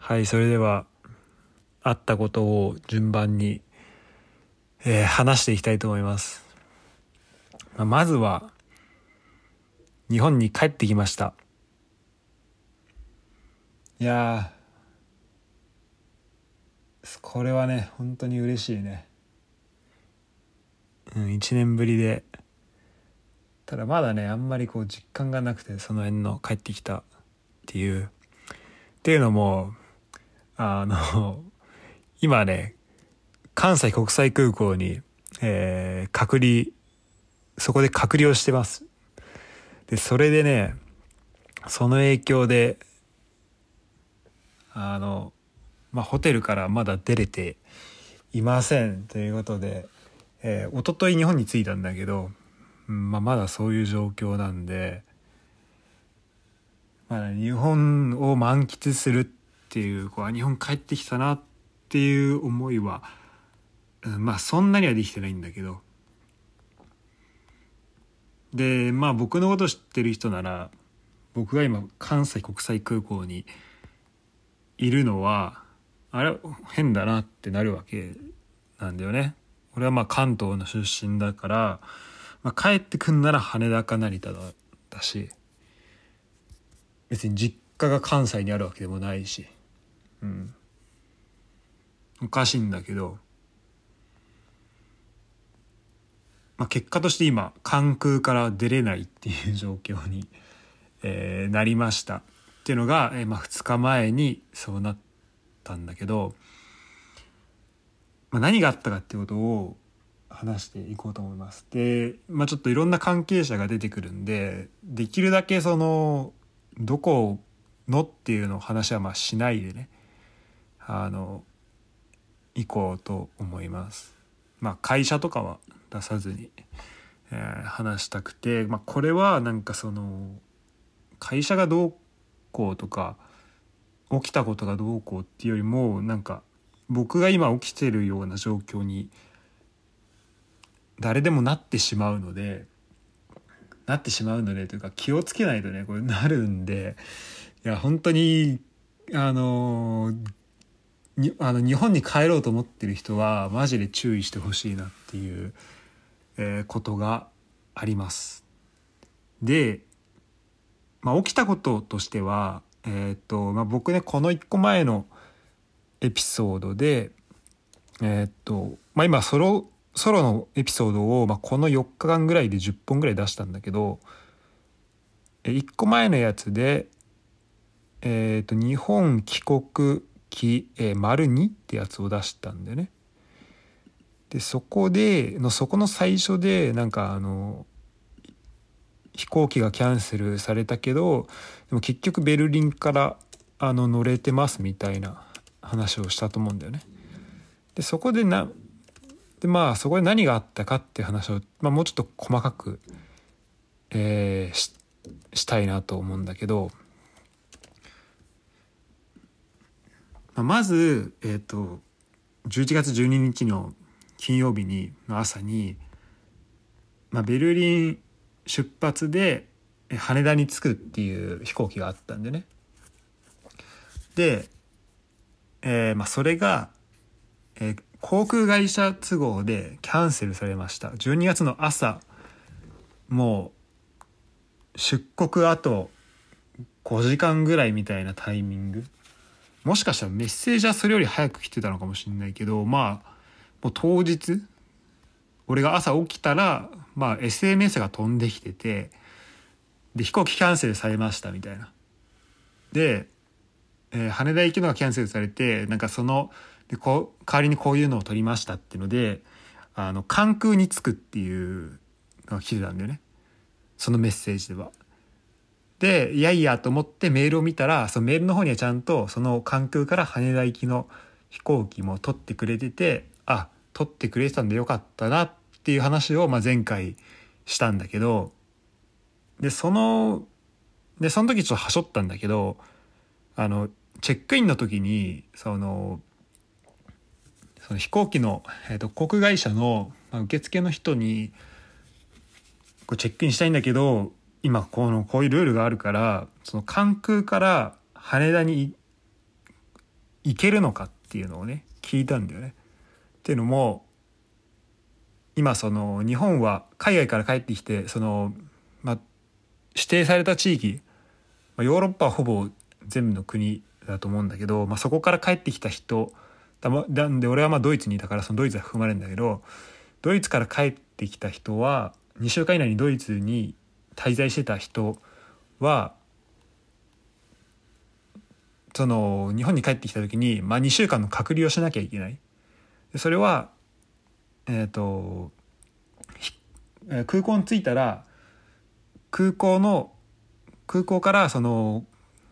はい、それではあったことを順番に、話していきたいと思います。まずは日本に帰ってきました。いやこれはね本当に嬉しいね。1年ぶりで、ただまだねあんまりこう実感がなくて、その辺の帰ってきたっていうのも今ね関西国際空港に、そこで隔離をしてます。でそれでね、その影響でホテルからまだ出れていませんということで、一昨日日本に着いたんだけど、まだそういう状況なんで、まだ日本を満喫するっていう、日本帰ってきたなっていう思いは、そんなにはできてないんだけど、で僕のこと知ってる人なら、僕が今関西国際空港にいるのはあれ変だなってなるわけなんだよね。俺は関東の出身だから、帰ってくんなら羽田か成田だし、別に実家が関西にあるわけでもないし、おかしいんだけど、結果として今関空から出れないっていう状況に、なりましたっていうのが、2日前にそうなったんだけど、何があったかっていうことを話していこうと思います。で、ちょっといろんな関係者が出てくるんで、できるだけそのどこのっていうの話はしないでね、行こうと思います。会社とかは出さずに、話したくて、これはなんかその会社がどうこうとか起きたことがどうこうっていうよりも、なんか僕が今起きてるような状況に誰でもなってしまうのでというか、気をつけないとねこれなるんで、いや本当に日本に帰ろうと思ってる人はマジで注意してほしいなっていう、ことがあります。で、起きたこととしては、僕ねこの1個前のエピソードで、今ソロのエピソードを、この4日間ぐらいで10本ぐらい出したんだけど、1個前のやつで、日本帰国期、2ってやつを出したんだよね。でそこの最初でなんか飛行機がキャンセルされたけど、でも結局ベルリンから乗れてますみたいな話をしたと思うんだよね。でそこでそこで何があったかっていう話を、もうちょっと細かく、したいなと思うんだけど、まず、11月12日の金曜日の朝に、ベルリン出発で羽田に着くっていう飛行機があったんでね。で、それが、航空会社都合でキャンセルされました。12月の朝、もう出国あと5時間ぐらいみたいなタイミング、もしかしたらメッセージはそれより早く来てたのかもしれないけど、もう当日俺が朝起きたら、SMS が飛んできてて、で飛行機キャンセルされましたみたいな。で、羽田行きのがキャンセルされて、なんかで代わりにこういうのを取りましたっていうので、関空に着くっていうのが来てたんだよね、そのメッセージでは。で、いやいやと思ってメールを見たら、そのメールの方にはちゃんとその関空から羽田行きの飛行機も取ってくれてて、取ってくれてたんでよかったなっていう話を前回したんだけど、でその時ちょっとはしょったんだけど、チェックインの時にその飛行機の、航空会社の受付の人にチェックインしたいんだけど、今こういうルールがあるから、その関空から羽田に行けるのかっていうのをね聞いたんだよね。っていうのも今その日本は海外から帰ってきてその、指定された地域、ヨーロッパはほぼ全部の国だと思うんだけど、そこから帰ってきた人なんで俺はドイツにいたからそのドイツは含まれるんだけど、ドイツから帰ってきた人は2週間以内にドイツに滞在してた人はその日本に帰ってきた時に、2週間の隔離をしなきゃいけない。でそれは空港に着いたら空港からその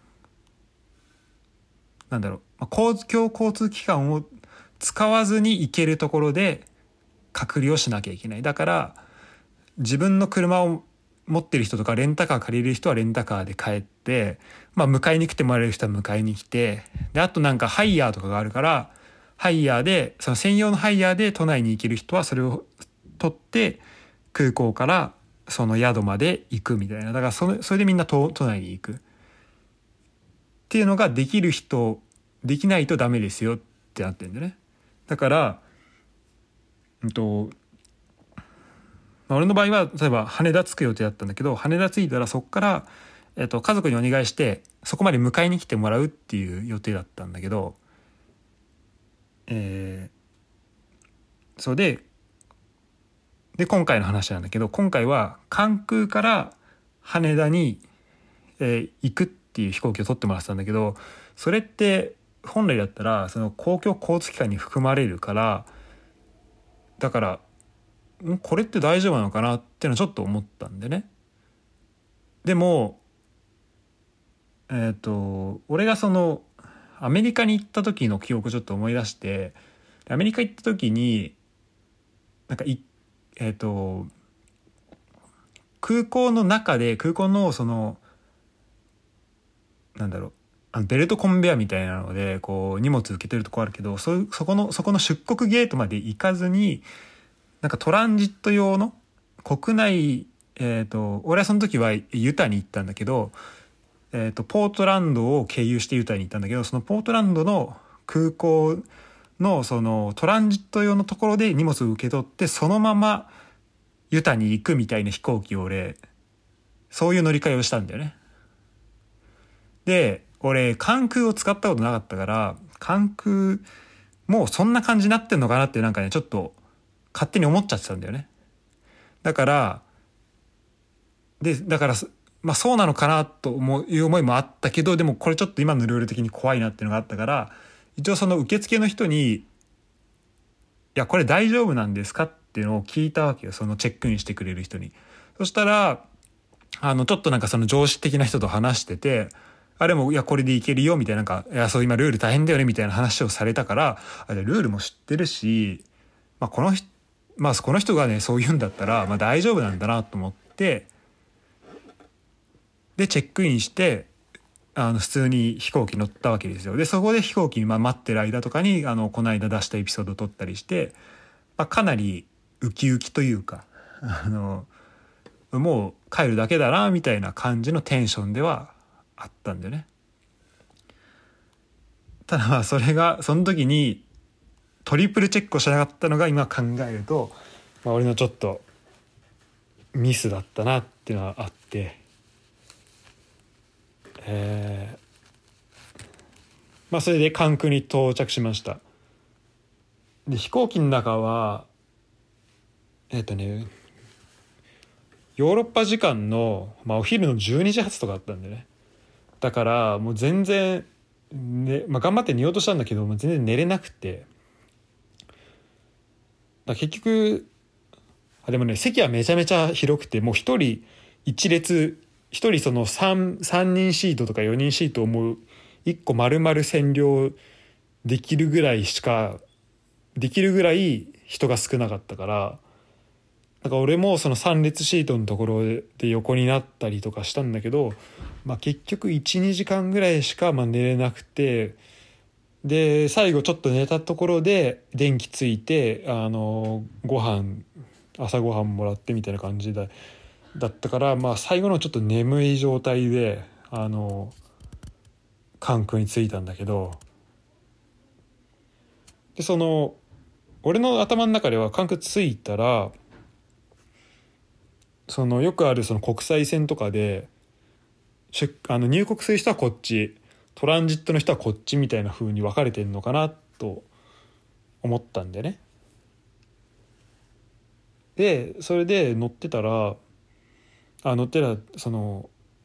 公共交通機関を使わずに行けるところで隔離をしなきゃいけない。だから自分の車を持ってる人とかレンタカー借りる人はレンタカーで帰って、迎えに来てもらえる人は迎えに来て、であとハイヤーとかがあるからハイヤーでその専用のハイヤーで都内に行ける人はそれを取って空港からその宿まで行くみたいな。だからそれでみんな都内に行くっていうのができる人できないとダメですよってなってるんだよね。だから俺の場合は例えば羽田着く予定だったんだけど、羽田着いたらそこから、家族にお願いしてそこまで迎えに来てもらうっていう予定だったんだけど、そうで今回の話なんだけど、今回は関空から羽田に、行くっていう飛行機を取ってもらってたんだけど、それって本来だったらその公共交通機関に含まれるから、だからこれって大丈夫なのかなっていうのはちょっと思ったんでね。でも俺がそのアメリカに行った時の記憶をちょっと思い出して、アメリカ行った時に空港の中で空港のそのベルトコンベヤみたいなのでこう荷物受けてるとこあるけど、そこの出国ゲートまで行かずにトランジット用の国内俺はその時はユタに行ったんだけど、ポートランドを経由してユタに行ったんだけど、そのポートランドの空港のそのトランジット用のところで荷物を受け取ってそのままユタに行くみたいな飛行機をそういう乗り換えをしたんだよね。で俺関空を使ったことなかったから関空もうそんな感じになってんのかなってちょっと勝手に思っちゃってたんだよね。だからそうなのかなという思いもあったけど、でもこれちょっと今のルール的に怖いなっていうのがあったから、一応その受付の人にいやこれ大丈夫なんですかっていうのを聞いたわけよ、そのチェックインしてくれる人に。そしたらちょっとその上司的な人と話してて、いやこれでいけるよみたいな、いやそう今ルール大変だよねみたいな話をされたから、ルールも知ってるし、この人がねそう言うんだったら大丈夫なんだなと思って、でチェックインして普通に飛行機乗ったわけですよ。でそこで飛行機に待ってる間とかにこの間出したエピソードを撮ったりして、かなりウキウキというかもう帰るだけだなみたいな感じのテンションではあったんだよね。ただそれがその時にトリプルチェックをしなかったのが今考えると、俺のちょっとミスだったなっていうのはあって、それで関空に到着しました。で飛行機の中はヨーロッパ時間の、お昼の12時発とかあったんでね。だからもう全然、頑張って寝ようとしたんだけど全然寝れなくて、結局でもね席はめちゃめちゃ広くて、もう一人一列一人その 3人シートとか4人シートをもう1個丸々占領できるぐらい人が少なかったから、俺もその3列シートのところで横になったりとかしたんだけど、結局 1,2 時間ぐらいしか寝れなくて、で最後ちょっと寝たところで電気ついて朝ごはんもらってみたいな感じだったから、最後のちょっと眠い状態で関空に着いたんだけど、 でその俺の頭の中では関空着いたら、そのよくあるその国際線とかで入国する人はこっち、トランジットの人はこっちみたいな風に分かれてるのかなと思ったんでね。でそれで乗ってたらその、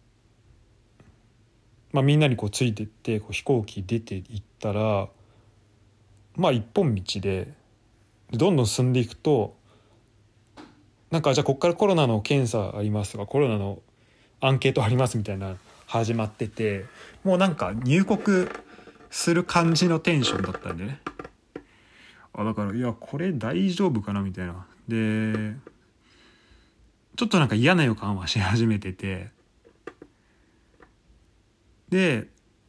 みんなにこうついてってこう飛行機出ていったら、一本道でどんどん進んでいくと、なんかじゃあこっからコロナの検査ありますとかコロナのアンケートありますみたいな始まってて、もうなんか入国する感じのテンションだったんでね。だからいやこれ大丈夫かなみたいな。でちょっとなんか嫌な予感はし始めてて、で、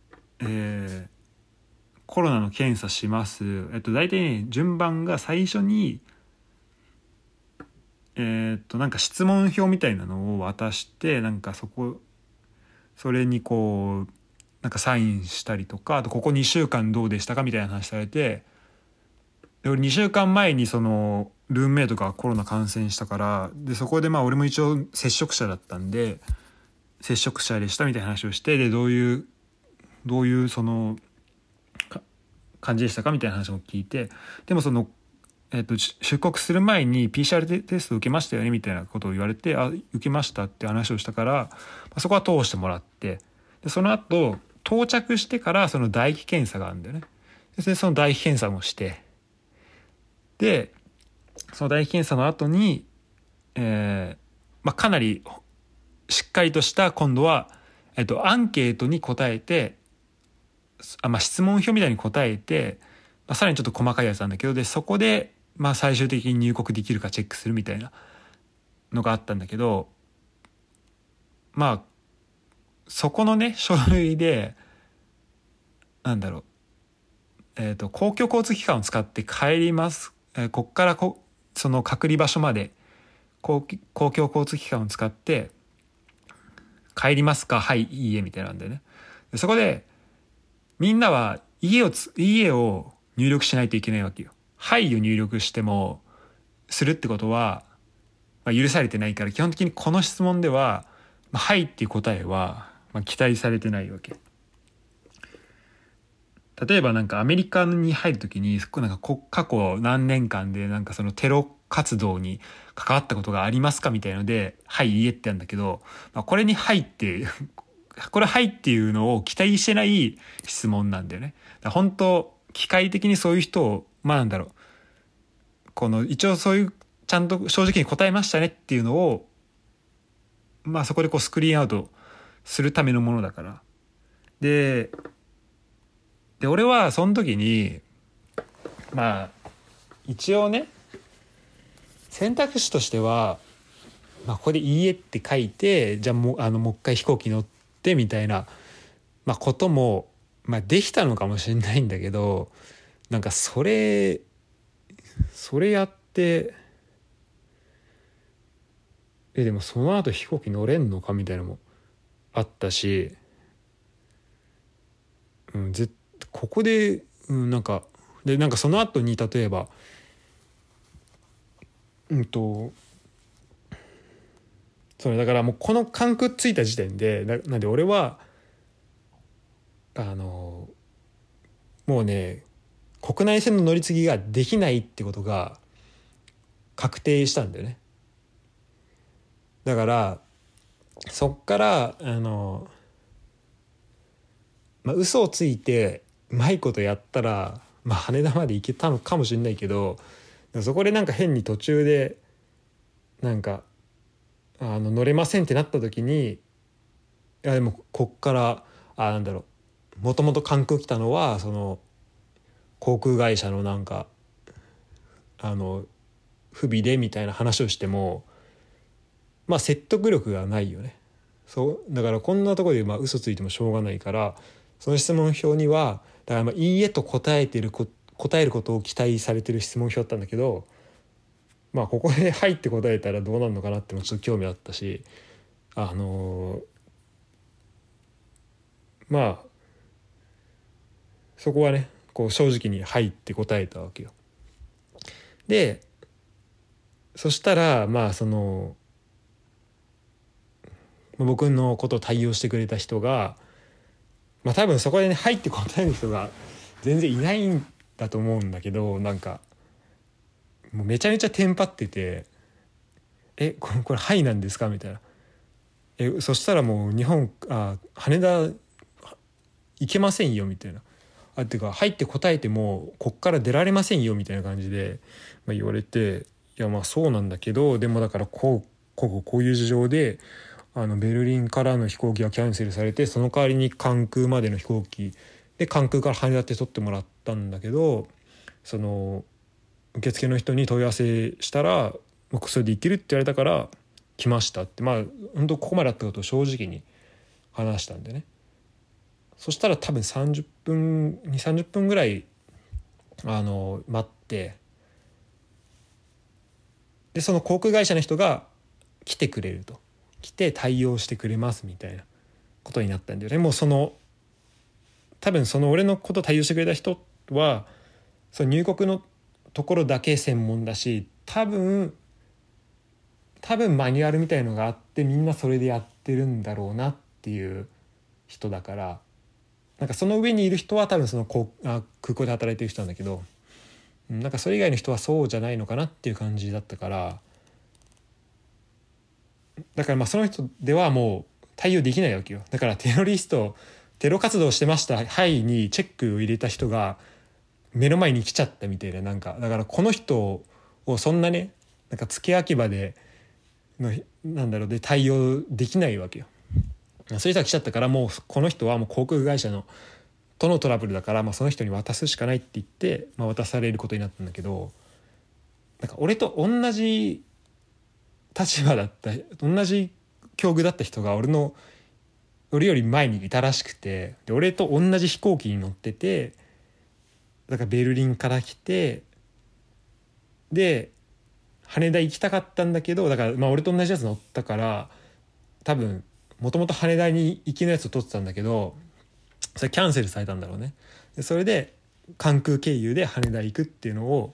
コロナの検査します。大体ね順番が最初になんか質問票みたいなのを渡して、なんかそれにこうなんかサインしたりとか、あとここ2週間どうでしたかみたいな話されて、で俺2週間前にそのルームメイトがコロナ感染したから、でそこで俺も一応接触者だったんで接触者でしたみたいな話をして、でどういうその感じでしたかみたいな話も聞いて、でもその出国する前に PCR テスト受けましたよねみたいなことを言われて、受けましたって話をしたから、そこは通してもらって、でその後到着してからその唾液検査があるんだよね。でその唾液検査もして、でその唾液検査の後に、かなりしっかりとした今度は、アンケートに答えて、質問票みたいに答えて、さらにちょっと細かいやつなんだけど、でそこで最終的に入国できるかチェックするみたいなのがあったんだけど、そこのね書類で公共交通機関を使って帰ります、こっからその隔離場所まで公共交通機関を使って帰りますか、はいいいえみたいなんだよね。でそこでみんなは家を入力しないといけないわけよ。はいを入力してもするってことは、許されてないから、基本的にこの質問では、はいっていう答えは、期待されてないわけ。例えばなんかアメリカに入るときになんか過去何年間でなんかそのテロ活動に関わったことがありますかみたいのではいいいえってやるんだけど、これにはいってこれはいっていうのを期待してない質問なんだよね。本当機械的にそういう人をこの一応そういうちゃんと正直に答えましたねっていうのをそこでこうスクリーンアウトするためのものだから。で俺はその時に一応ね選択肢としては、ここでいいえって書いて、じゃあもう一回飛行機乗ってみたいな、こともできたのかもしれないんだけど、なんかそれやってでもその後飛行機乗れんのかみたいなのもあったし、ここで、なんかその後に例えばそれだからもうこの関空ついた時点でなんで俺はもうね国内線の乗り継ぎができないってことが確定したんだよね。だからそっから嘘をついてうまいことやったら、羽田まで行けたのかもしれないけど、そこでなんか変に途中でなんか乗れませんってなった時に、いやでもこっからもともと関空来たのはその航空会社のなんか不備でみたいな話をしても説得力がないよね。そうだからこんなところで嘘ついてもしょうがないから、その質問票にはだからいいえと答えることを期待されてる質問票だったんだけど、ここではいって答えたらどうなるのかなってもちょっと興味あったし、そこはねこう正直に「はい」って答えたわけよ。でそしたら僕のことを対応してくれた人が、多分そこでね「はい」って答える人が全然いないんだと思うんだけど、なんかもうめちゃめちゃテンパってて「これはいなんですか?」みたいな。そしたらもう羽田行けませんよみたいな。っていうか「はい」って答えてもこっから出られませんよみたいな感じで、言われて、いやそうなんだけど、でもだからこういう事情でベルリンからの飛行機がキャンセルされて、その代わりに関空までの飛行機で関空から羽田って取ってもらったんだけど、その受付の人に問い合わせしたら僕それで行けるって言われたから来ましたって、本当ここまであったことを正直に話したんでね。そしたら多分2、30分ぐらい待って、でその航空会社の人が来てくれると、来て対応してくれますみたいなことになったんだよね。もう多分その俺のこと対応してくれた人はその入国のところだけ専門だし、多分マニュアルみたいのがあってみんなそれでやってるんだろうなっていう人だから、なんかその上にいる人は多分その空港で働いてる人なんだけど、なんかそれ以外の人はそうじゃないのかなっていう感じだったから、だからその人ではもう対応できないわけよ。だからテロ活動してましたはいにチェックを入れた人が目の前に来ちゃったみたいな、だからこの人をそんなね、なんか付け焼き場でで対応できないわけよ。そういう人が来ちゃったから、もうこの人はもう航空会社とのトラブルだから、その人に渡すしかないって言って、渡されることになったんだけど、なんか俺と同じ立場だった同じ境遇だった人が俺より前にいたらしくて、で俺と同じ飛行機に乗ってて、だからベルリンから来て、で羽田行きたかったんだけど、だから俺と同じやつ乗ったから多分もともと羽田に行きのやつを取ってたんだけど、それキャンセルされたんだろうね。でそれで関空経由で羽田行くっていうのを、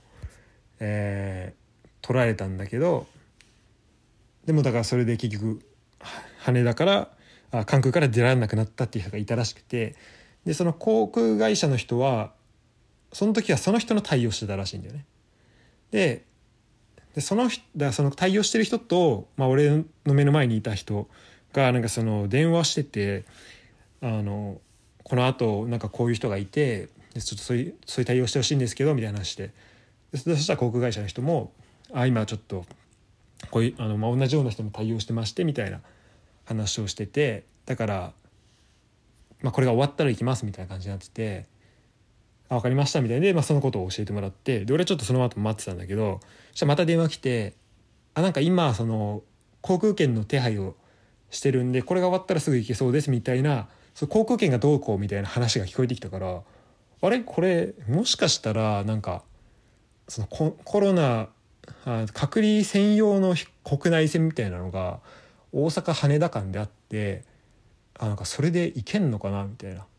取られたんだけど、でもだからそれで結局羽田から関空から出られなくなったっていう人がいたらしくて、でその航空会社の人はその時はその人の対応してたらしいんだよね。でその対応してる人と、俺の目の前にいた人がなんかその電話してて、このあとなんかこういう人がいて、でちょっとそういう対応してほしいんですけどみたいな話で、そしたら航空会社の人も今ちょっとこういう同じような人も対応してましてみたいな話をしてて、だから、これが終わったら行きますみたいな感じになってて、分かりましたみたいで、そのことを教えてもらって、で俺ちょっとその後待ってたんだけど、そしたらまた電話来て、なんか今その航空券の手配をしてるんでこれが終わったらすぐ行けそうですみたいな、その航空券がどうこうみたいな話が聞こえてきたから、あれこれもしかしたらなんかそのコロナ隔離専用の国内線みたいなのが大阪羽田間であって、なんかそれで行けんのかなみたいな、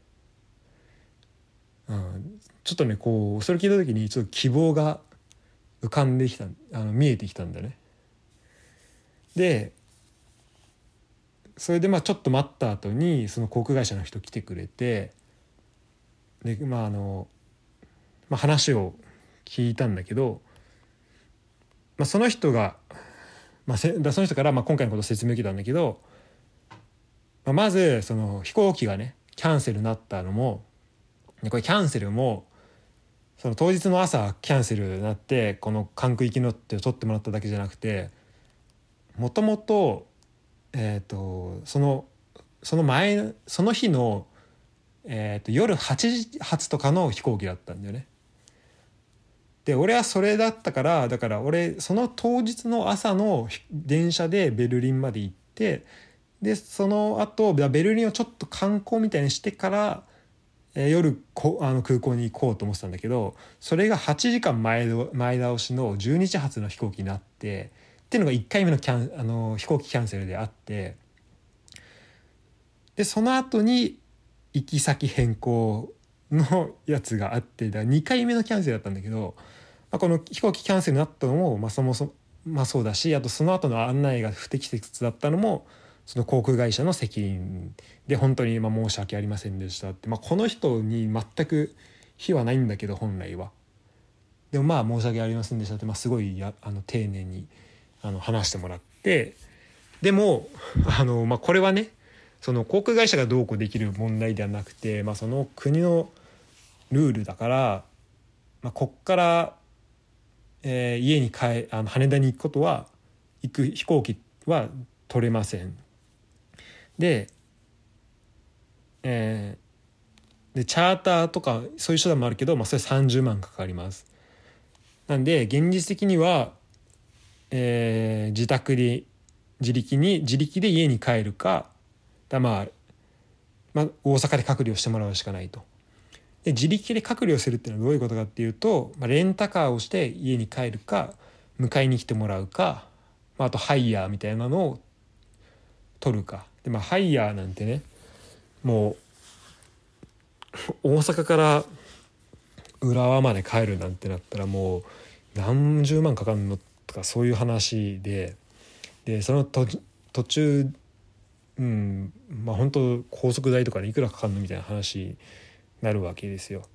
ちょっとねこうそれ聞いた時にちょっと希望が浮かんできた、見えてきたんだね。でそれでちょっと待った後にその航空会社の人来てくれて、で話を聞いたんだけど、その人が、その人から今回のことを説明受けたんだけど、まずその飛行機がねキャンセルになったのも、これキャンセルもその当日の朝キャンセルになってこの関空行きのって取ってもらっただけじゃなくて、もともとその日の、夜8時発とかの飛行機だったんだよね。で俺はそれだったから、だから俺その当日の朝の電車でベルリンまで行って、でその後ベルリンをちょっと観光みたいにしてから、夜空港に行こうと思ってたんだけど、それが8時間前倒しの12時発の飛行機になってっていうのが1回目の飛行機キャンセルであって、でその後に行き先変更のやつがあって、だから2回目のキャンセルだったんだけど、この飛行機キャンセルになったのも、そもそも、そうだし、あとその後の案内が不適切だったのもその航空会社の責任で、本当に申し訳ありませんでしたって、この人に全く非はないんだけど本来は。でも申し訳ありませんでしたって、すごい丁寧に話してもらって、でもこれはね、その航空会社がどうこうできる問題ではなくて、その国のルールだから、こっから、家に羽田に行くことは、行く飛行機は取れません。で、でチャーターとかそういう手段もあるけど、それ30万かかります。なんで現実的には、自宅で自力で家に帰るか、大阪で隔離をしてもらうしかないと。で自力で隔離をするっていうのはどういうことかっていうと、レンタカーをして家に帰るか、迎えに来てもらうか、あとハイヤーみたいなのを取るかで、ハイヤーなんてね、もう大阪から浦和まで帰るなんてなったらもう何十万かかるのとか、そういう話で、その途中、本当高速代とかでいくらかかるのみたいな話になるわけですよ。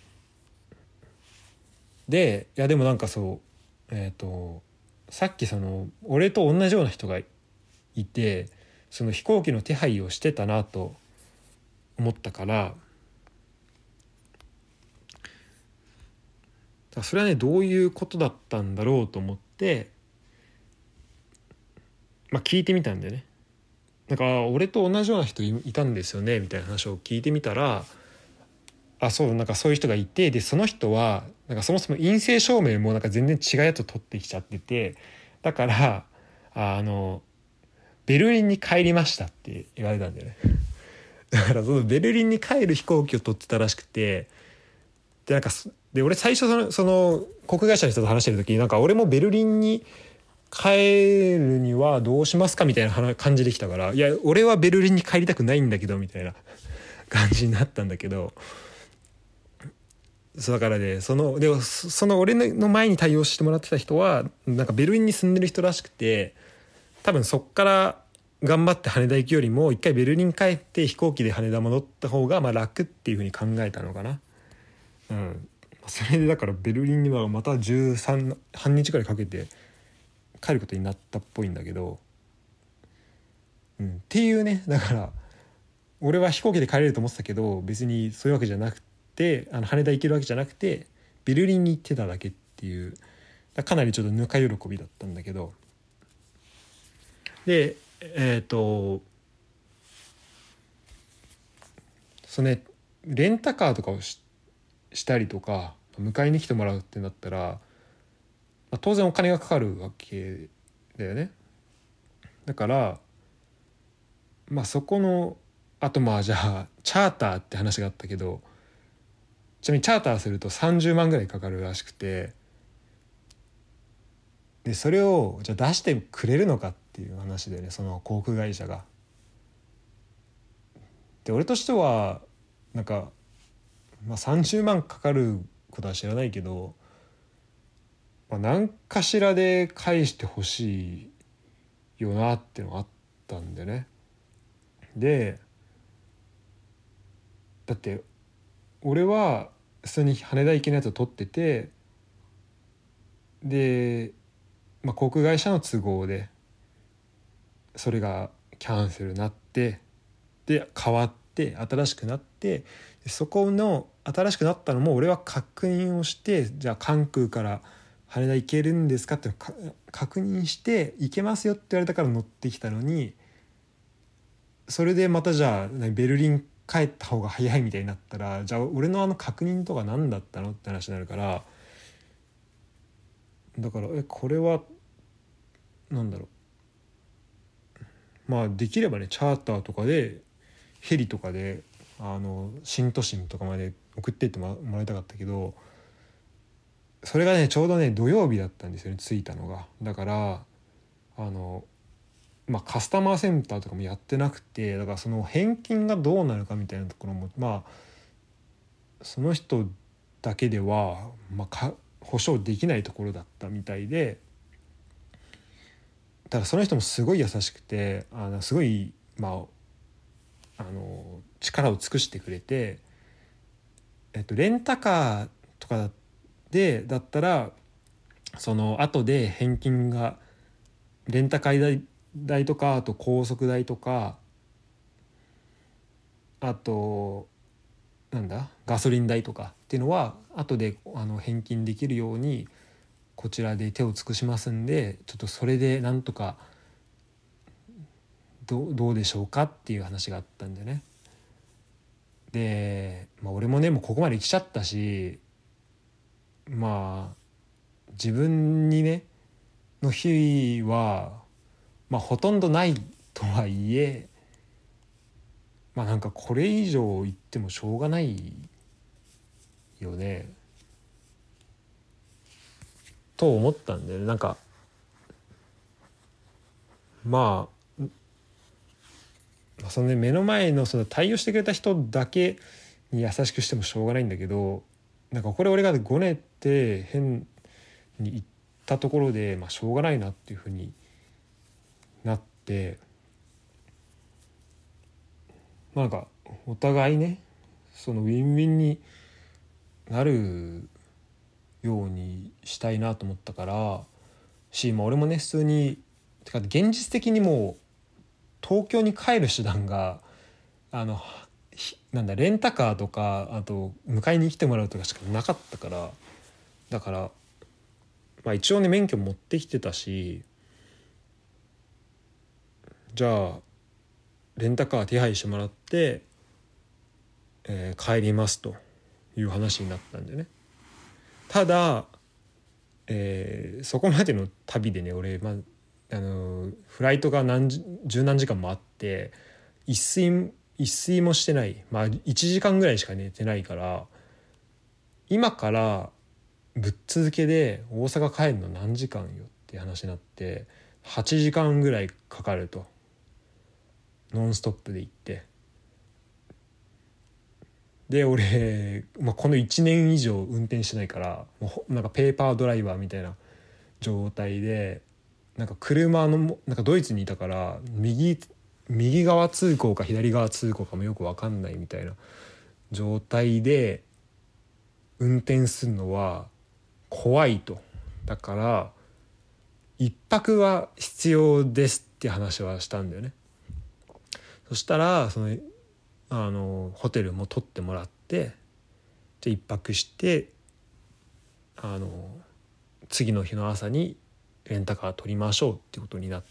ででもさっき俺と同じような人がいて、その飛行機の手配をしてたなと思ったから、それはねどういうことだったんだろうと思って、聞いてみたんだよね。俺と同じような人いたんですよねみたいな話を聞いてみたら、そういう人がいて、でその人はそもそも陰性証明も全然違うやつを取ってきちゃってて、だからベルリンに帰りましたって言われたんだよね。だからそのベルリンに帰る飛行機を取ってたらしくて、で俺最初その航空会社の人と話してる時に俺もベルリンに帰るにはどうしますかみたいな感じできたから、いや俺はベルリンに帰りたくないんだけどみたいな感じになったんだけど、だからねその俺の前に対応してもらってた人はベルリンに住んでる人らしくて、多分そっから頑張って羽田行くよりも一回ベルリン帰って飛行機で羽田戻った方が楽っていう風に考えたのかな。それでだからベルリンにはまた13半日くらいかけて帰ることになったっぽいんだけど、っていうね、だから俺は飛行機で帰れると思ってたけど、別にそういうわけじゃなくて、羽田行けるわけじゃなくてベルリンに行ってただけっていう、かなりちょっとぬか喜びだったんだけど、でレンタカーとかをしたりとか迎えに来てもらうってなったら、当然お金がかかるわけだよね。だからそこのあとじゃあチャーターって話があったけど、ちなみにチャーターすると30万ぐらいかかるらしくて、でそれをじゃあ出してくれるのかっていう話でね、その航空会社が。で俺としては30万かかることは知らないけど、何かしらで返してほしいよなっていうのがあったんでね。でだって俺は普通に羽田行きのやつを取ってて、で、航空会社の都合でそれがキャンセルになって、で変わって新しくなって、そこの新しくなったのも俺は確認をして、じゃあ関空から羽田行けるんですかって確認して行けますよって言われたから乗ってきたのに、それでまたじゃあベルリン帰った方が早いみたいになったら、じゃあ俺の確認とか何だったのって話になるから、だからこれはなんだろう、できればねチャーターとかでヘリとかで新都心とかまで送っていってもらいたかったけど、それがねちょうどね土曜日だったんですよね、着いたのが。だからカスタマーセンターとかもやってなくて、だからその返金がどうなるかみたいなところもその人だけでは、保証できないところだったみたいで、ただその人もすごい優しくて、すごい、力を尽くしてくれて、レンタカーとかだったらその後で返金が、レンタカー代とか、あと高速代とか、あとガソリン代とかっていうのは後で返金できるようにこちらで手を尽くしますんで、ちょっとそれでなんとかどうでしょうかっていう話があったんだよね。で、俺もねもうここまで来ちゃったし、自分にねの日はほとんどないとはいえ、なんかこれ以上言ってもしょうがないよねと思ったんだよね。なんかそのね、目の前のその対応してくれた人だけに優しくしてもしょうがないんだけど、なんかこれ俺がごねて変に言ったところで、しょうがないなっていうふうになって、なんかお互いねそのウィンウィンになるようにしたいなと思ったからし、俺もね普通に現実的にもう東京に帰る手段がレンタカーとか、あと迎えに来てもらうとかしかなかったから、だから一応ね免許持ってきてたし、じゃあレンタカー手配してもらって、帰りますという話になったんでね。ただ、そこまでの旅でね俺、フライトが十何時間もあって一睡もしてない、1時間ぐらいしか寝てないから、今からぶっ続けで大阪帰るの何時間よって話になって、8時間ぐらいかかると、ノンストップで行って、で俺、この1年以上運転してないから、もうなんかペーパードライバーみたいな状態で、なんか車のなんかドイツにいたから右側通行か左側通行かもよく分かんないみたいな状態で運転するのは怖いと。だから一泊は必要ですって話はしたんだよね。そしたらホテルも取ってもらって、で一泊して、次の日の朝にレンタカー取りましょうってことになって、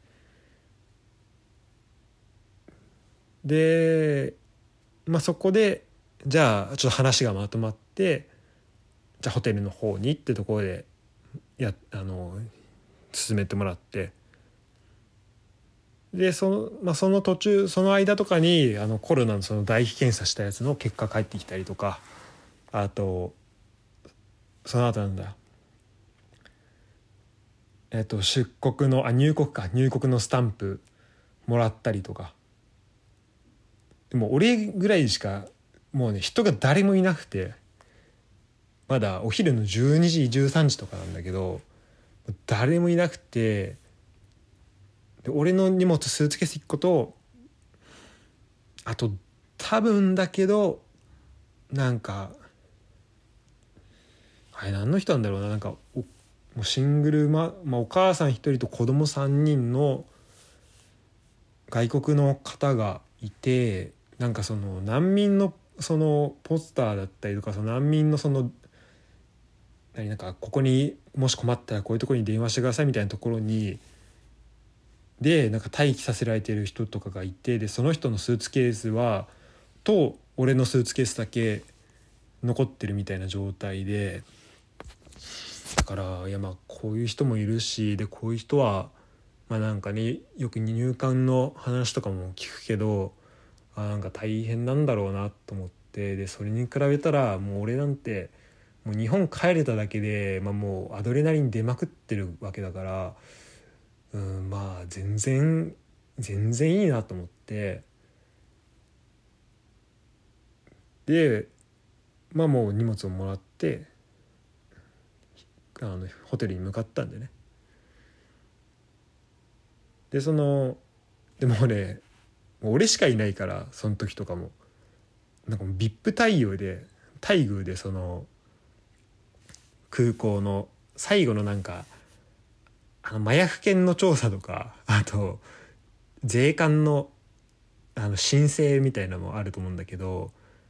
でそこでじゃあちょっと話がまとまって、じゃあホテルの方にってところで進めてもらって、でその途中その間とかにコロナのその唾液検査したやつの結果返ってきたりとか、あとその後出国の入国のスタンプもらったりとか。でも俺ぐらいしかもうね人が誰もいなくて、まだお昼の12時13時とかなんだけど誰もいなくて、で俺の荷物スーツケース1個と、あと多分だけどなんかあれ何の人なんだろうな、なんかもうシングルお母さん1人と子供3人の外国の方がいて、なんかその難民のそのポスターだったりとか、その難民のそのなんかここにもし困ったらこういうところに電話してくださいみたいなところにでなんか待機させられてる人とかがいて、でその人のスーツケースと俺のスーツケースだけ残ってるみたいな状態で、だからこういう人もいるし、でこういう人はなんかねよく入管の話とかも聞くけど、なんか大変なんだろうなと思って、でそれに比べたらもう俺なんてもう日本帰れただけで、もうアドレナリン出まくってるわけだから、全然いいなと思って、でもう荷物をもらってホテルに向かったんでね。ででも俺しかいないから、その時とかもなんかもう VIP 待遇で空港の最後のなんか麻薬犬の調査とか、あと税関の申請みたいなのもあると思うんだけど、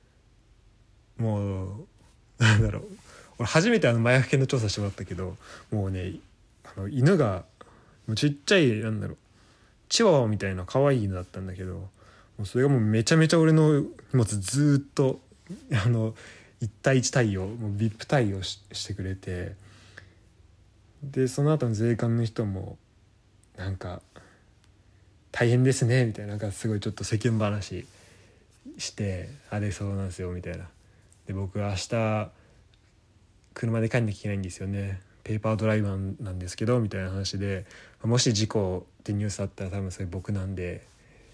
もうなんだろう、俺初めて麻薬犬の調査してもらったけど、もうね犬がもうちっちゃいチワワみたいな可愛い犬だったんだけど、もうそれがもうめちゃめちゃ俺の荷物ずっと1対1対応、もう VIP 対応してくれて、でその後の税関の人もなんか大変ですねみたいな、なんかすごいちょっと世間話して、あれそうなんですよみたいな。で僕明日車で帰んなきゃいけないんですよね、ペーパードライバーなんですけどみたいな話で、もし事故ってニュースあったら多分それ僕なんで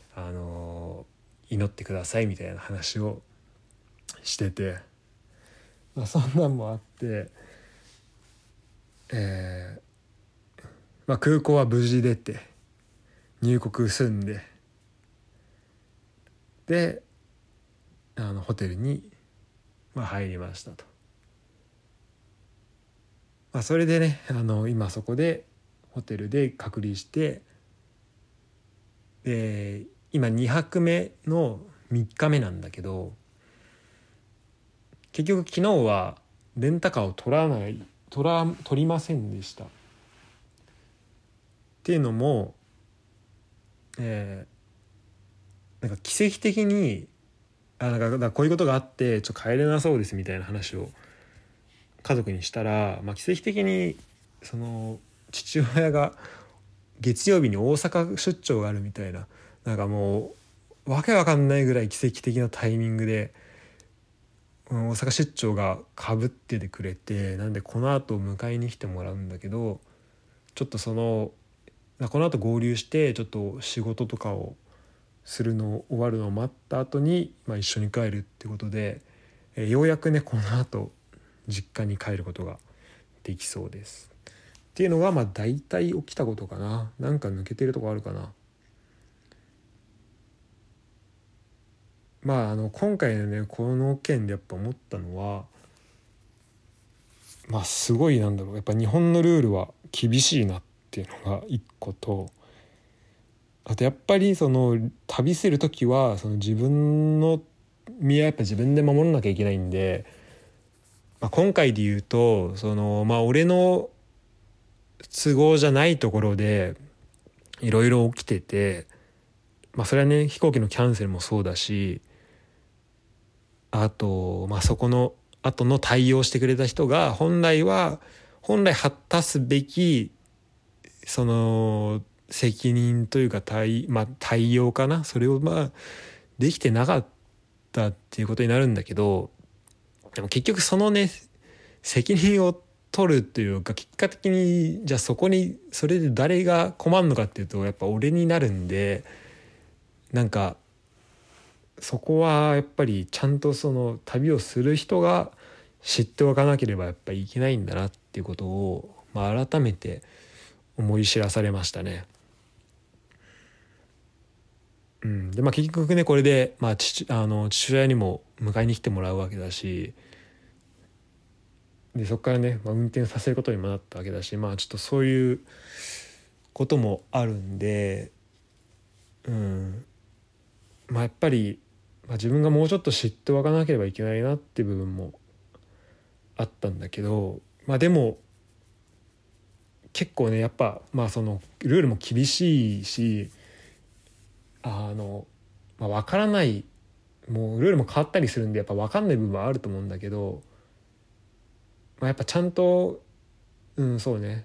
祈ってくださいみたいな話をしてて、そんなんもあって、空港は無事出て入国済んで、でホテルに入りましたと。それでね今そこでホテルで隔離して、で今2泊目の3日目なんだけど、結局昨日はレンタカーを取りませんでした。っていうのも、なんか奇跡的になんかこういうことがあって帰れなそうですみたいな話を家族にしたら、奇跡的に父親が月曜日に大阪出張があるみたいな、なんかもうわけわかんないぐらい奇跡的なタイミングで、大阪出張がかぶっててくれて、なんでこの後迎えに来てもらうんだけど、ちょっとこの後合流してちょっと仕事とかをするの終わるのを待った後に、一緒に帰るってことで、ようやくねこの後実家に帰ることができそうですっていうのが大体起きたことかな。なんか抜けてるとこあるかな。今回のねこの件でやっぱ思ったのは、すごいやっぱ日本のルールは厳しいなっていうのが一個と、あとやっぱり旅する時は自分の身はやっぱ自分で守らなきゃいけないんで、今回で言うと俺の都合じゃないところでいろいろ起きてて、それはね飛行機のキャンセルもそうだし、あとそこの後の対応してくれた人が本来果たすべき責任というか対応かな、それをできてなかったっていうことになるんだけど、でも結局責任を取るというか、結果的にじゃあそれで誰が困るのかっていうとやっぱ俺になるんで、なんかそこはやっぱりちゃんと旅をする人が知っておかなければやっぱりいけないんだなっていうことを、改めて思い知らされましたね。で結局ねこれで、父親にも迎えに来てもらうわけだし、でそこからね、運転させることにもなったわけだし、ちょっとそういうこともあるんで、やっぱり、自分がもうちょっと知っておかなければいけないなっていう部分もあったんだけど、でも結構ねやっぱルールも厳しいし、分からない、もうルールも変わったりするんでやっぱ分かんない部分はあると思うんだけど、やっぱちゃんとそうね、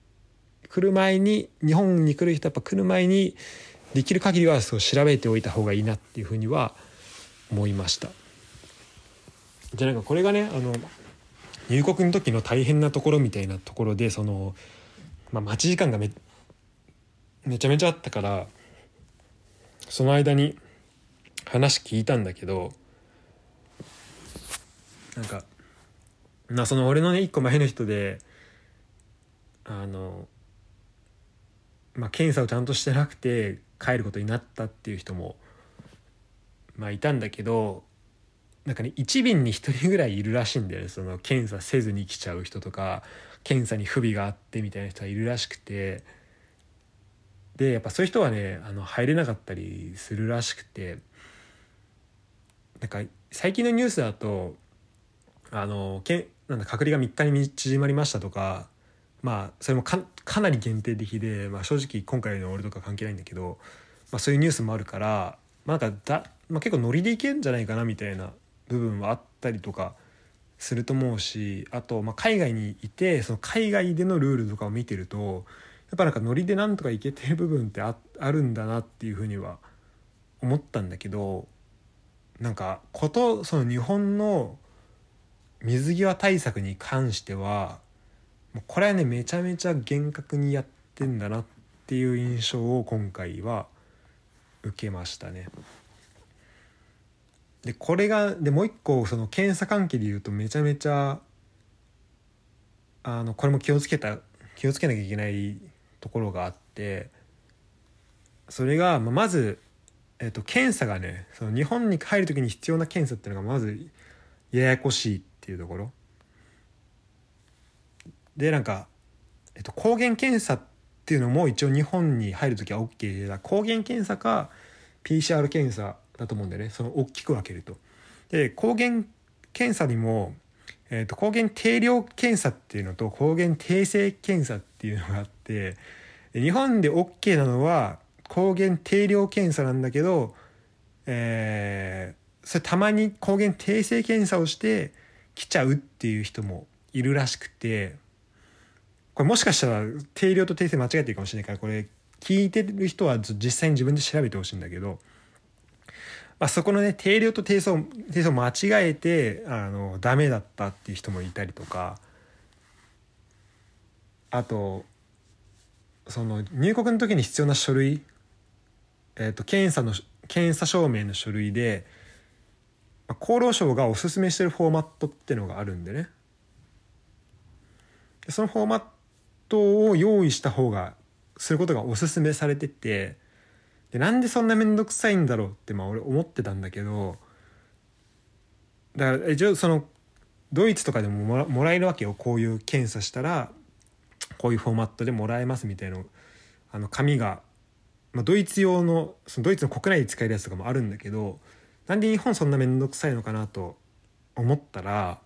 日本に来る人やっぱ来る前にできる限りは調べておいた方がいいなっていうふうには思いました。じゃあこれがね入国の時の大変なところみたいなところで待ち時間がめちゃめちゃあったから、その間に話聞いたんだけど、 なんかその俺のね一個前の人で検査をちゃんとしてなくて帰ることになったっていう人もいたんだけど、なんかね1便に1人ぐらいいるらしいんだよね。その検査せずに来ちゃう人とか検査に不備があってみたいな人がいるらしくて、でやっぱそういう人はね入れなかったりするらしくて、なんか最近のニュースだとなんだ隔離が3日に縮まりましたとか、それもかなり限定的で、正直今回の俺とか関係ないんだけど、そういうニュースもあるから、結構ノリでいけるんじゃないかなみたいな部分はあったりとかすると思うし、あと海外にいてその海外でのルールとかを見てると、やっぱなんかノリでなんとかいけてる部分ってあるんだなっていうふうには思ったんだけど、なんかその日本の水際対策に関してはもうこれはねめちゃめちゃ厳格にやってんだなっていう印象を今回は受けましたね。でこれがもう一個その検査関係で言うとめちゃめちゃこれも気をつけなきゃいけないところがあって、それがまず検査がね、その日本に帰る時に必要な検査っていうのがまずややこしいっていうところで、なんか、抗原検査っていうのも一応日本に入る時は OK で、抗原検査か PCR 検査だと思うんだよね。その大きく分けると。で抗原検査にも、抗原定量検査っていうのと抗原定性検査っていうのがあって、日本で OK なのは抗原定量検査なんだけど、それたまに抗原定性検査をして来ちゃうっていう人もいるらしくて、これもしかしたら定量と定性間違えてるかもしれないから、これ聞いてる人は実際に自分で調べてほしいんだけど、そこのね定量と定性を間違えてダメだったっていう人もいたりとか、あとその入国の時に必要な書類、検査証明の書類で厚労省がおすすめしてるフォーマットっていうのがあるんでね、でそのフォーマットを用意した方がすることがおすすめされてて、でなんでそんなめんどくさいんだろうって俺思ってたんだけど、だから一応そのドイツとかでももらえるわけよ。こういう検査したらこういうフォーマットでもらえますみたいな紙が、ドイツ用のそのドイツの国内で使えるやつとかもあるんだけど、なんで日本そんなめんどくさいのかなと思ったら、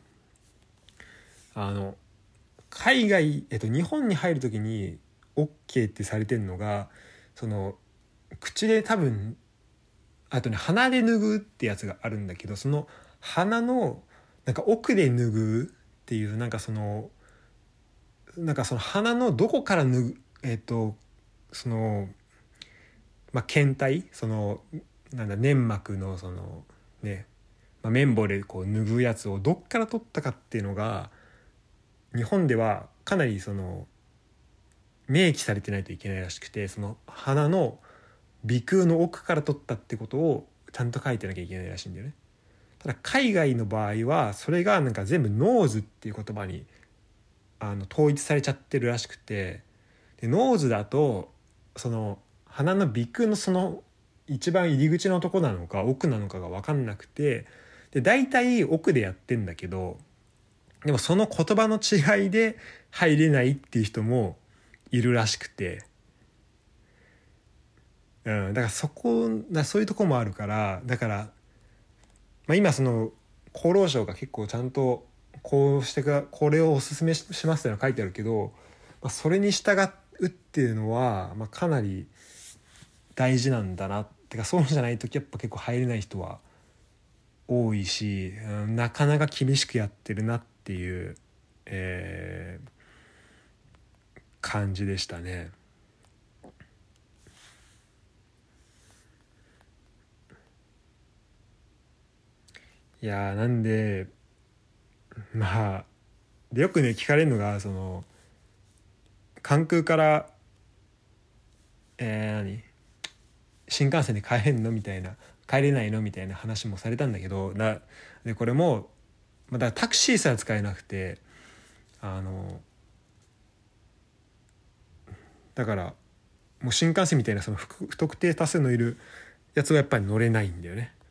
海外、日本に入る時に OK ってされてるのが、その口で多分あとね鼻で拭うってやつがあるんだけど、その鼻のなんか奥で拭うっていう、なんかその鼻のどこから拭うその検体、そのなんだ粘膜のそのね、綿棒でこう拭うやつをどっから取ったかっていうのが日本ではかなりその明記されてないといけないらしくて、その鼻の鼻腔の奥から取ったってことをちゃんと書いてなきゃいけないらしいんだよね。ただ海外の場合はそれがなんか全部ノーズっていう言葉に統一されちゃってるらしくて、でノーズだとその鼻の鼻腔のその一番入り口のとこなのか奥なのかが分かんなくて、で大体奥でやってんだけど、でもその言葉の違いで入れないっていう人もいるらしくて、だからそういうとこもあるから、だから、今その厚労省が結構ちゃんとこれをおすすめしますっていうのが書いてあるけど、それに従うっていうのは、かなり大事なんだなってか、そうじゃない時やっぱ結構入れない人は多いし、なかなか厳しくやってるなっていう、感じでしたね。いやなんでよくね聞かれるのが、その関空から新幹線で帰れんのみたいな、帰れないのみたいな話もされたんだけど、でこれもだからタクシーさえ使えなくてだからもう新幹線みたいなその不特定多数のいるやつはやっぱり乗れないんだよね。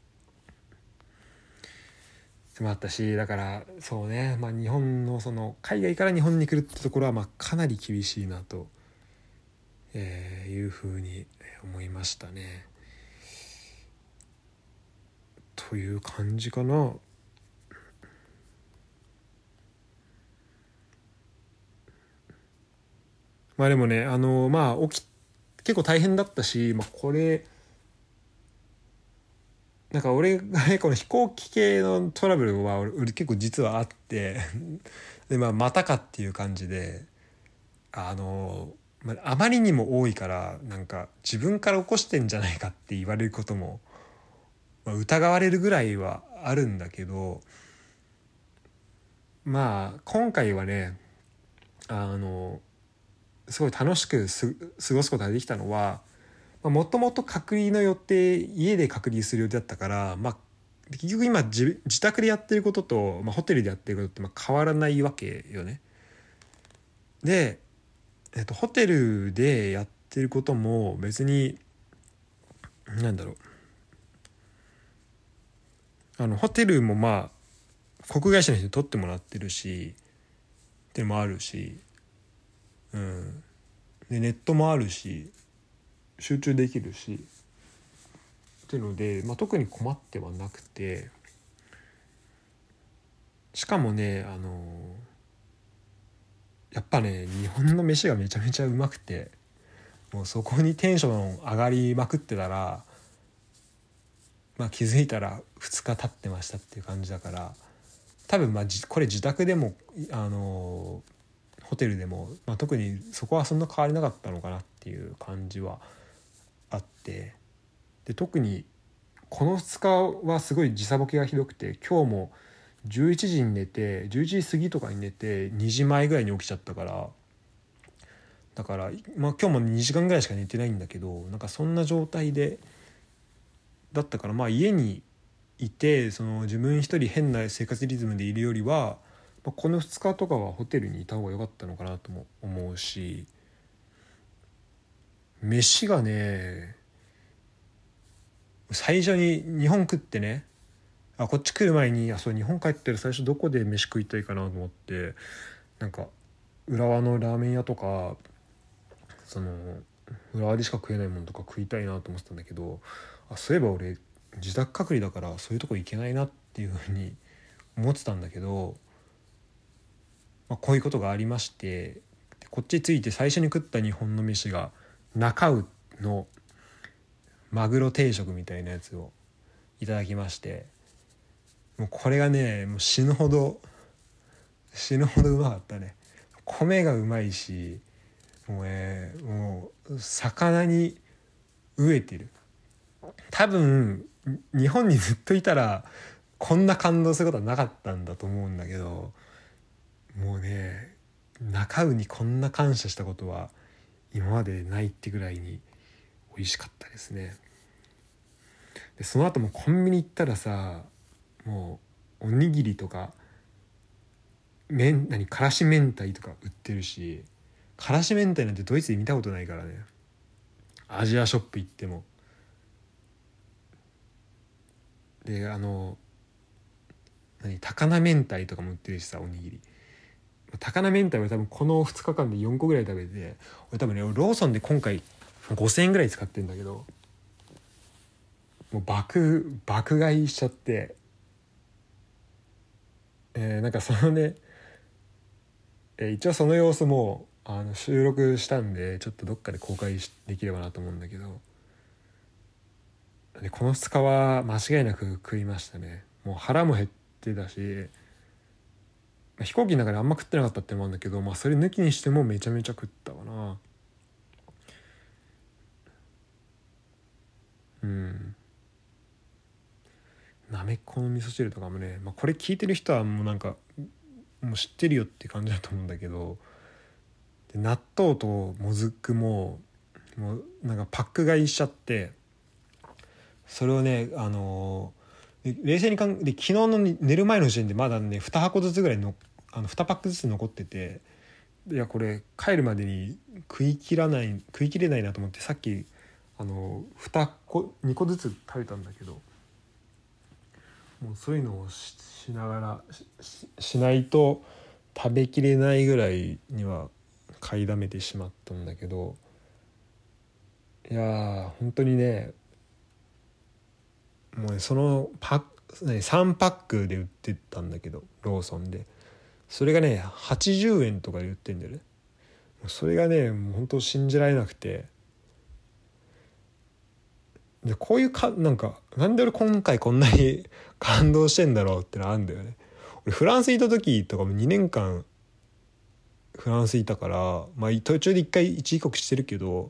もあったし、だからそうね、日本のその海外から日本に来るってところはかなり厳しいなと、いうふうに思いましたね。という感じかな。でもね結構大変だったし、これなんか俺がねこの飛行機系のトラブルは俺結構実はあってでまたかっていう感じであまりにも多いからなんか自分から起こしてんじゃないかって言われることも、疑われるぐらいはあるんだけど、今回はねすごい楽しく過ごすことができたのは、もともと隔離の予定家で隔離する予定だったから、結局今自宅でやってることと、ホテルでやってることって変わらないわけよね。で、ホテルでやってることも別にホテルも国外者の人に取ってもらってるしっていうのもあるし、でネットもあるし集中できるしっていうので、特に困ってはなくて、しかもねやっぱね日本の飯がめちゃめちゃうまくて、もうそこにテンション上がりまくってたら、気づいたら2日経ってましたっていう感じだから、多分これ自宅でもホテルでも、特にそこはそんな変わりなかったのかなっていう感じはあって、で特にこの2日はすごい時差ボケがひどくて、今日も11時に寝て11時過ぎとかに寝て2時前ぐらいに起きちゃったから、だから、今日も2時間ぐらいしか寝てないんだけど、なんかそんな状態でだったから、家にいてその自分一人変な生活リズムでいるよりは、この2日とかはホテルにいた方が良かったのかなとも思うし、飯がね最初に日本食ってね、こっち来る前にそう日本帰ってる最初どこで飯食いたいかなと思って、なんか浦和のラーメン屋とかその浦和でしか食えないものとか食いたいなと思ってたんだけど、そういえば俺自宅隔離だからそういうとこ行けないなっていうふうに思ってたんだけど、こういうことがありまして、こっち着いて最初に食った日本の飯が中尾のマグロ定食みたいなやつをいただきまして、もうこれがねもう死ぬほどうまかったね。米がうまいし、もう魚に飢えてる。多分日本にずっといたらこんな感動することはなかったんだと思うんだけど、もうね中尾にこんな感謝したことは今までないってぐらいに美味しかったですね。でその後もコンビニ行ったらさ、もうおにぎりとかからし明太とか売ってるし、からし明太なんてドイツで見たことないからね、アジアショップ行っても。で高菜明太とかも売ってるしさ、おにぎり高菜明太は多分この2日間で4個ぐらい食べて、俺多分ねローソンで今回5,000円ぐらい使ってるんだけど、もう爆買いしちゃって、なんかそのね、一応その様子も収録したんでちょっとどっかで公開できればなと思うんだけど、でこの2日は間違いなく食いましたね。もう腹も減ってたし、飛行機の中であんま食ってなかったってのもあるんだけど、それ抜きにしてもめちゃめちゃ食ったわな。なめっこの味噌汁とかもね、これ聞いてる人はもうなんかもう知ってるよって感じだと思うんだけど、で納豆ともずくもなんかパック買いしちゃって、それをねで冷静にで昨日の寝る前の時点でまだね2箱ずつぐらいの2パックずつ残ってて、いやこれ帰るまでに食い切れないなと思って、さっき2個ずつ食べたんだけど、もうそういうのをしながら しないと食べきれないぐらいには買いだめてしまったんだけど、いや本当にね、もうねその3パックで売ってたんだけど、ローソンでそれがね80円とかで売ってんだよね。それがねもう本当信じられなくて、でこういうなんで俺今回こんなに感動してんだろうってのあるんだよね。俺フランス行った時とかも2年間フランスいたから、まあ途中で1回一時帰国してるけど、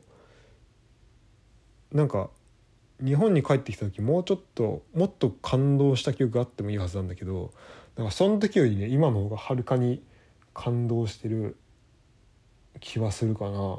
なんか日本に帰ってきた時もっと感動した記憶があってもいいはずなんだけど、なんかその時よりね今の方がはるかに感動してる気はするかな。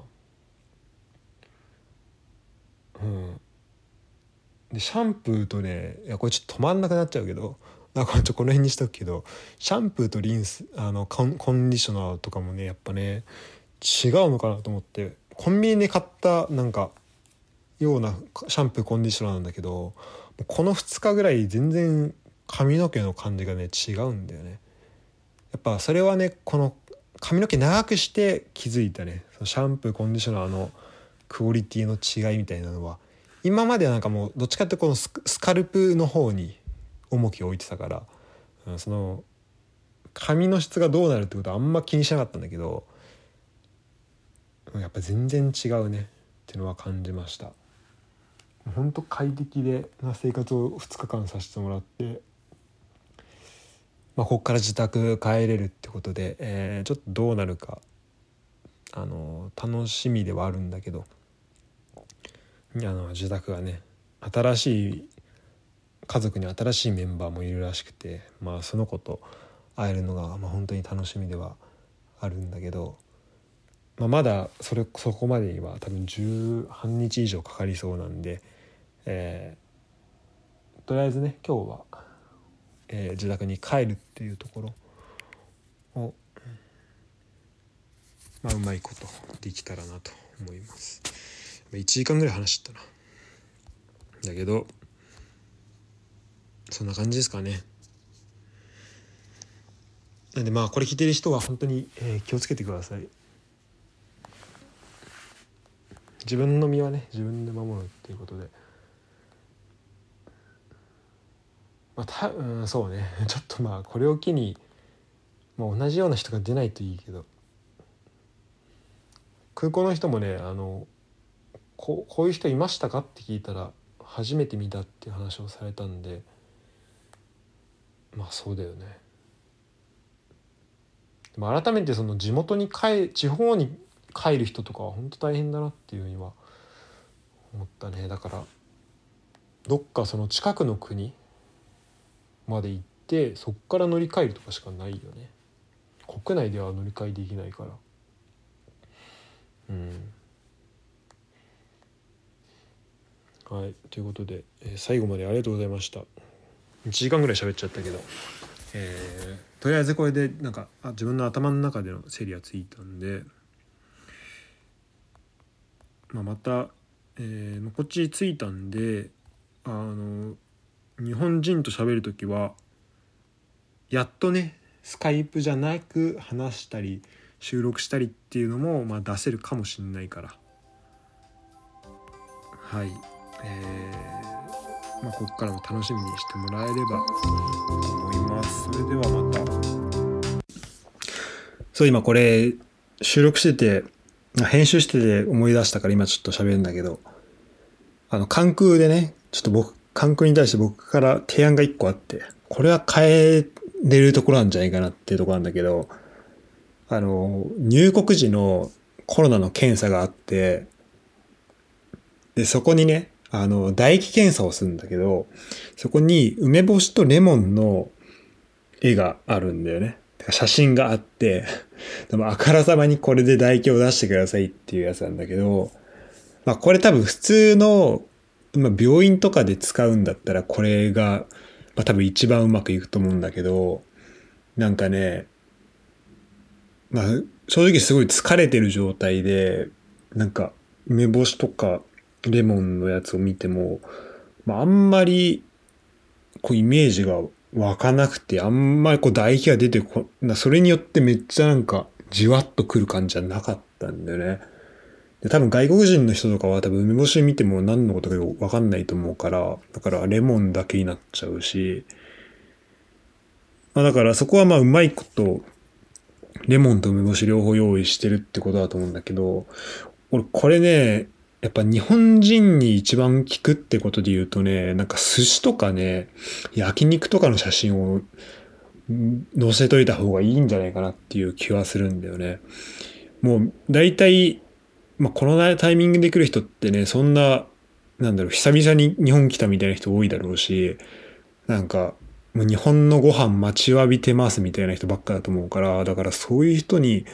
でシャンプーとね、いやこれちょっと止まんなくなっちゃうけど、なんかこの辺にしとくけど、シャンプーとリンスコンディショナーとかもねやっぱね違うのかなと思って、コンビニで買ったなんかようなシャンプーコンディショナーなんだけど、この2日ぐらい全然髪の毛の感じがね違うんだよね。やっぱそれはねこの髪の毛長くして気づいたね、そのシャンプーコンディショナーのクオリティの違いみたいなのは。今まではなんかもうどっちかっていうとこのスカルプの方に重きを置いてたから、その髪の質がどうなるってことはあんま気にしなかったんだけど、やっぱ全然違うねっていうのは感じました。本当快適な生活を2日間させてもらって、ここから自宅帰れるってことで、ちょっとどうなるか楽しみではあるんだけど、自宅がね新しい家族に新しいメンバーもいるらしくて、その子と会えるのが本当に楽しみではあるんだけど、まだそこまでには多分10半日以上かかりそうなんで、とりあえずね今日は、自宅に帰るっていうところを、うまいことできたらなと思います。1時間ぐらい話しちゃったな。だけどそんな感じですかね。なんでこれ聞いてる人は本当に、気をつけてください。自分の身はね自分で守るっていうことで、そうねちょっとこれを機に、同じような人が出ないといいけど、空港の人もねこういう人いましたかって聞いたら初めて見たっていう話をされたんで、そうだよね。でも改めてその地方に帰る人とかは本当大変だなっていうふうには思ったね。だからどっかその近くの国まで行ってそっから乗り換えるとかしかないよね。国内では乗り換えできないから。はい、ということで、最後までありがとうございました。1時間ぐらい喋っちゃったけど、とりあえずこれで自分の頭の中での整理がついたんで、また、こっち着いたんで日本人と喋るときはやっとねスカイプじゃなく話したり収録したりっていうのも出せるかもしれないから、はい、ここからも楽しみにしてもらえればと思います。それではまた。今これ収録してて編集してて思い出したから今ちょっと喋るんだけど、関空でねちょっと関空に対して僕から提案が1個あって、これは変えれるところなんじゃないかなっていうところなんだけど、入国時のコロナの検査があって、でそこにね唾液検査をするんだけど、そこに梅干しとレモンの絵があるんだよね。写真があって、でもあからさまにこれで唾液を出してくださいっていうやつなんだけど、これ多分普通の、病院とかで使うんだったらこれがまあ多分一番うまくいくと思うんだけど、なんかね、まあ正直すごい疲れてる状態で、なんか梅干しとかレモンのやつを見ても、まああんまりこうイメージが湧かなくて、あんまりこう唾液が出てこな、それによってめっちゃなんかじわっとくる感じじゃなかったんだよね。で、多分外国人の人とかは多分梅干し見ても何のことかわかんないと思うから、だからレモンだけになっちゃうし、まあだからそこはまあうまいこと、レモンと梅干し両方用意してるってことだと思うんだけど、俺これね、やっぱ日本人に一番効くってことで言うとね、なんか寿司とかね、焼肉とかの写真を載せといた方がいいんじゃないかなっていう気はするんだよね。もう大体、まあ、このタイミングで来る人ってね、そんな、なんだろう、久々に日本来たみたいな人多いだろうし、なんか、もう日本のご飯待ちわびてますみたいな人ばっかだと思うから、だからそういう人に、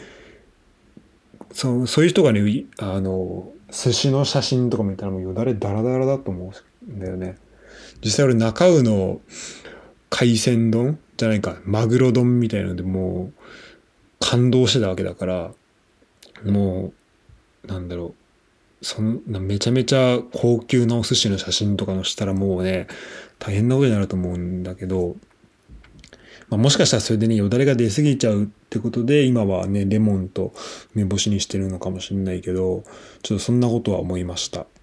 そういう人がね、寿司の写真とか見たらもうよだれダラダラだと思うんだよね。実際俺中尾の海鮮丼じゃないか、マグロ丼みたいなのでもう感動してたわけだから、もう、なんだろう、めちゃめちゃ高級なお寿司の写真とかのしたらもうね、大変なことになると思うんだけど、まあ、もしかしたらそれでね、よだれが出過ぎちゃうってことで、今はね、レモンと梅干しにしてるのかもしれないけど、ちょっとそんなことは思いました。